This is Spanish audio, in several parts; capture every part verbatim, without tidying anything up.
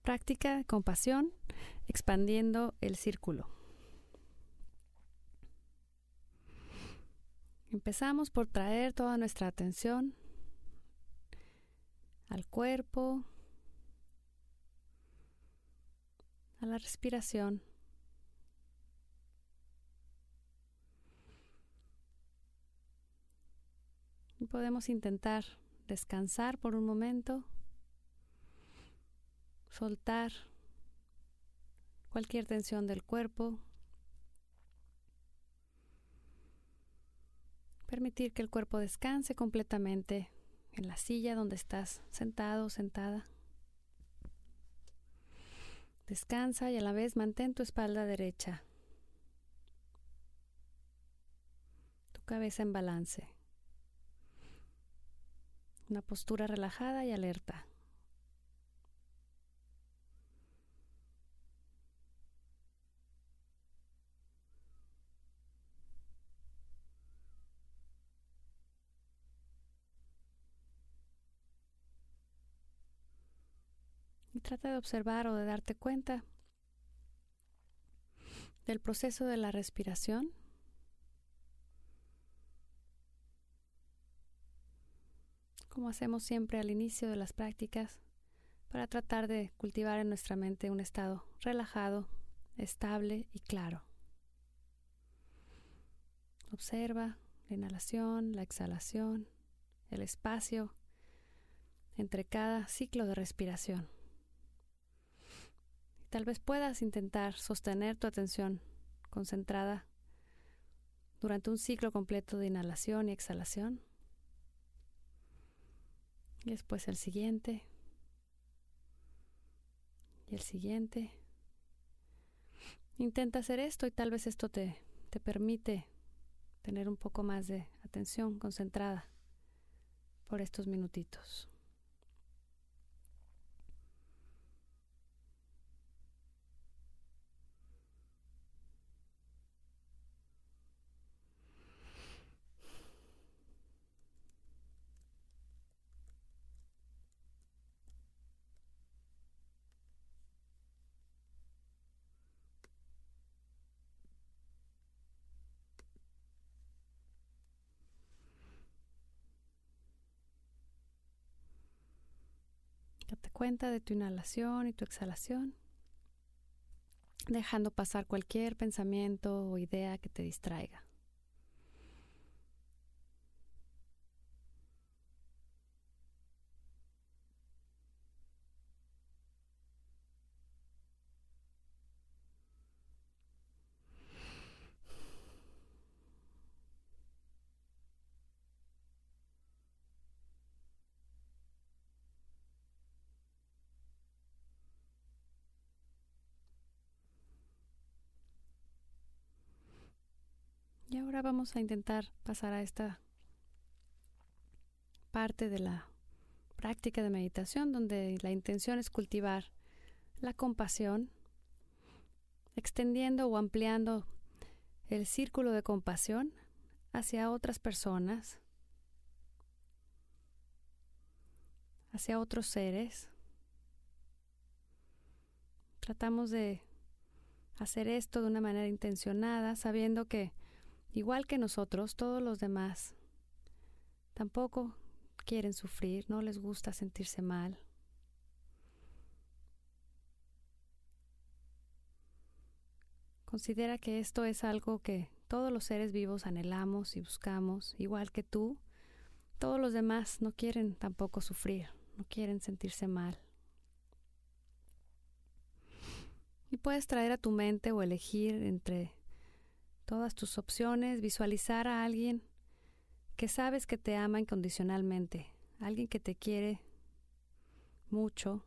Práctica de compasión, expandiendo el círculo. Empezamos por traer toda nuestra atención al cuerpo, a la respiración. Y podemos intentar descansar por un momento, soltar cualquier tensión del cuerpo, permitir que el cuerpo descanse completamente en la silla donde estás sentado o sentada. Descansa y a la vez mantén tu espalda derecha, tu cabeza en balance, una postura relajada y alerta. Y trata de observar o de darte cuenta del proceso de la respiración. Como hacemos siempre al inicio de las prácticas, para tratar de cultivar en nuestra mente un estado relajado, estable y claro. Observa la inhalación, la exhalación, el espacio entre cada ciclo de respiración. Tal vez puedas intentar sostener tu atención concentrada durante un ciclo completo de inhalación y exhalación. Y después el siguiente. Y el siguiente. Intenta hacer esto y tal vez esto te, te permite tener un poco más de atención concentrada por estos minutitos. Date cuenta de tu inhalación y tu exhalación, dejando pasar cualquier pensamiento o idea que te distraiga. Y ahora vamos a intentar pasar a esta parte de la práctica de meditación donde la intención es cultivar la compasión, extendiendo o ampliando el círculo de compasión hacia otras personas, hacia otros seres. Tratamos de hacer esto de una manera intencionada, sabiendo que igual que nosotros, todos los demás tampoco quieren sufrir, no les gusta sentirse mal. Considera que esto es algo que todos los seres vivos anhelamos y buscamos, igual que tú. Todos los demás no quieren tampoco sufrir, no quieren sentirse mal. Y puedes traer a tu mente o elegir entre todas tus opciones, visualizar a alguien que sabes que te ama incondicionalmente, alguien que te quiere mucho.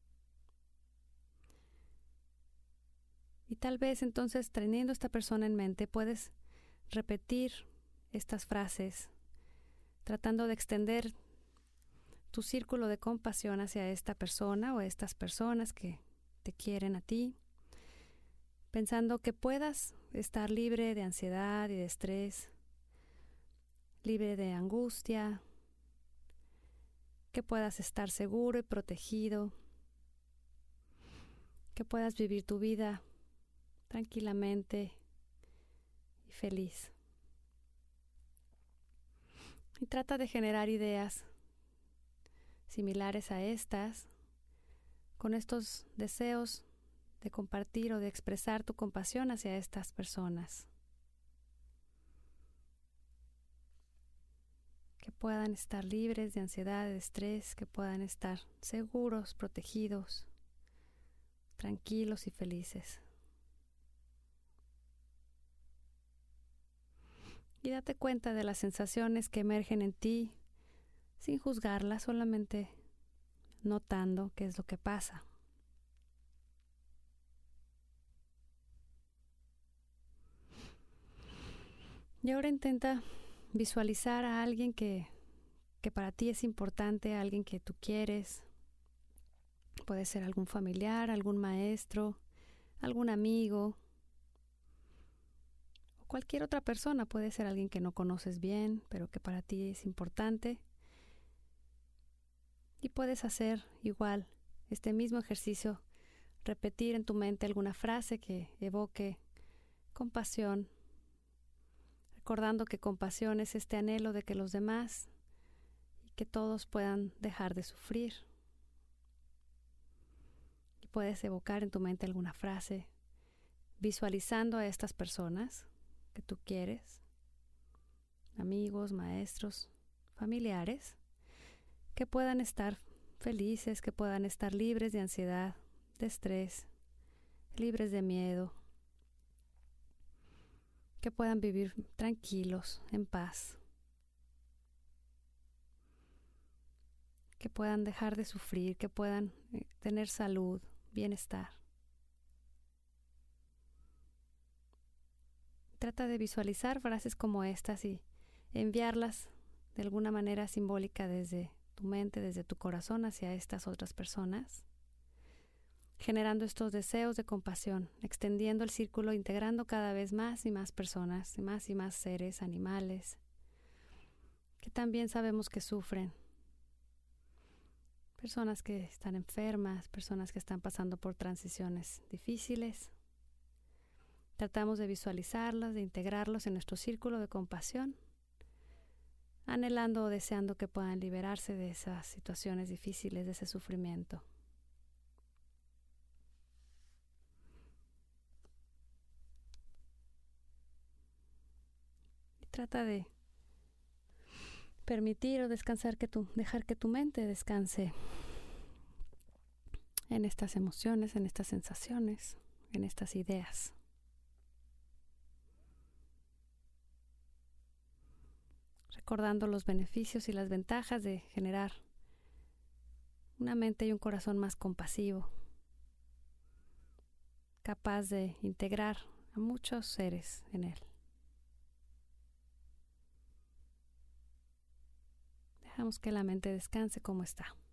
Y tal vez entonces, teniendo esta persona en mente, puedes repetir estas frases, tratando de extender tu círculo de compasión hacia esta persona o estas personas que te quieren a ti, pensando que puedas estar libre de ansiedad y de estrés, libre de angustia, que puedas estar seguro y protegido, que puedas vivir tu vida tranquilamente y feliz. Y trata de generar ideas similares a estas, con estos deseos de compartir o de expresar tu compasión hacia estas personas, que puedan estar libres de ansiedad, de estrés, que puedan estar seguros, protegidos, tranquilos y felices. Y date cuenta de las sensaciones que emergen en ti sin juzgarlas, solamente notando qué es lo que pasa. Y ahora intenta visualizar a alguien que, que para ti es importante, a alguien que tú quieres. Puede ser algún familiar, algún maestro, algún amigo, o cualquier otra persona. Puede ser alguien que no conoces bien, pero que para ti es importante. Y puedes hacer igual este mismo ejercicio, repetir en tu mente alguna frase que evoque compasión, recordando que compasión es este anhelo de que los demás y que todos puedan dejar de sufrir. Y puedes evocar en tu mente alguna frase, visualizando a estas personas que tú quieres, amigos, maestros, familiares, que puedan estar felices, que puedan estar libres de ansiedad, de estrés, libres de miedo, que puedan vivir tranquilos, en paz, que puedan dejar de sufrir, que puedan eh, tener salud, bienestar. Trata de visualizar frases como estas y enviarlas de alguna manera simbólica desde tu mente, desde tu corazón hacia estas otras personas, generando estos deseos de compasión, extendiendo el círculo, integrando cada vez más y más personas, más y más seres, animales, que también sabemos que sufren, personas que están enfermas, personas que están pasando por transiciones difíciles. Tratamos de visualizarlas, de integrarlos en nuestro círculo de compasión, anhelando o deseando que puedan liberarse de esas situaciones difíciles, de ese sufrimiento. Y trata de permitir o descansar que tu, dejar que tu mente descanse en estas emociones, en estas sensaciones, en estas ideas. Recordando los beneficios y las ventajas de generar una mente y un corazón más compasivo, capaz de integrar a muchos seres en él. Dejamos que la mente descanse como está.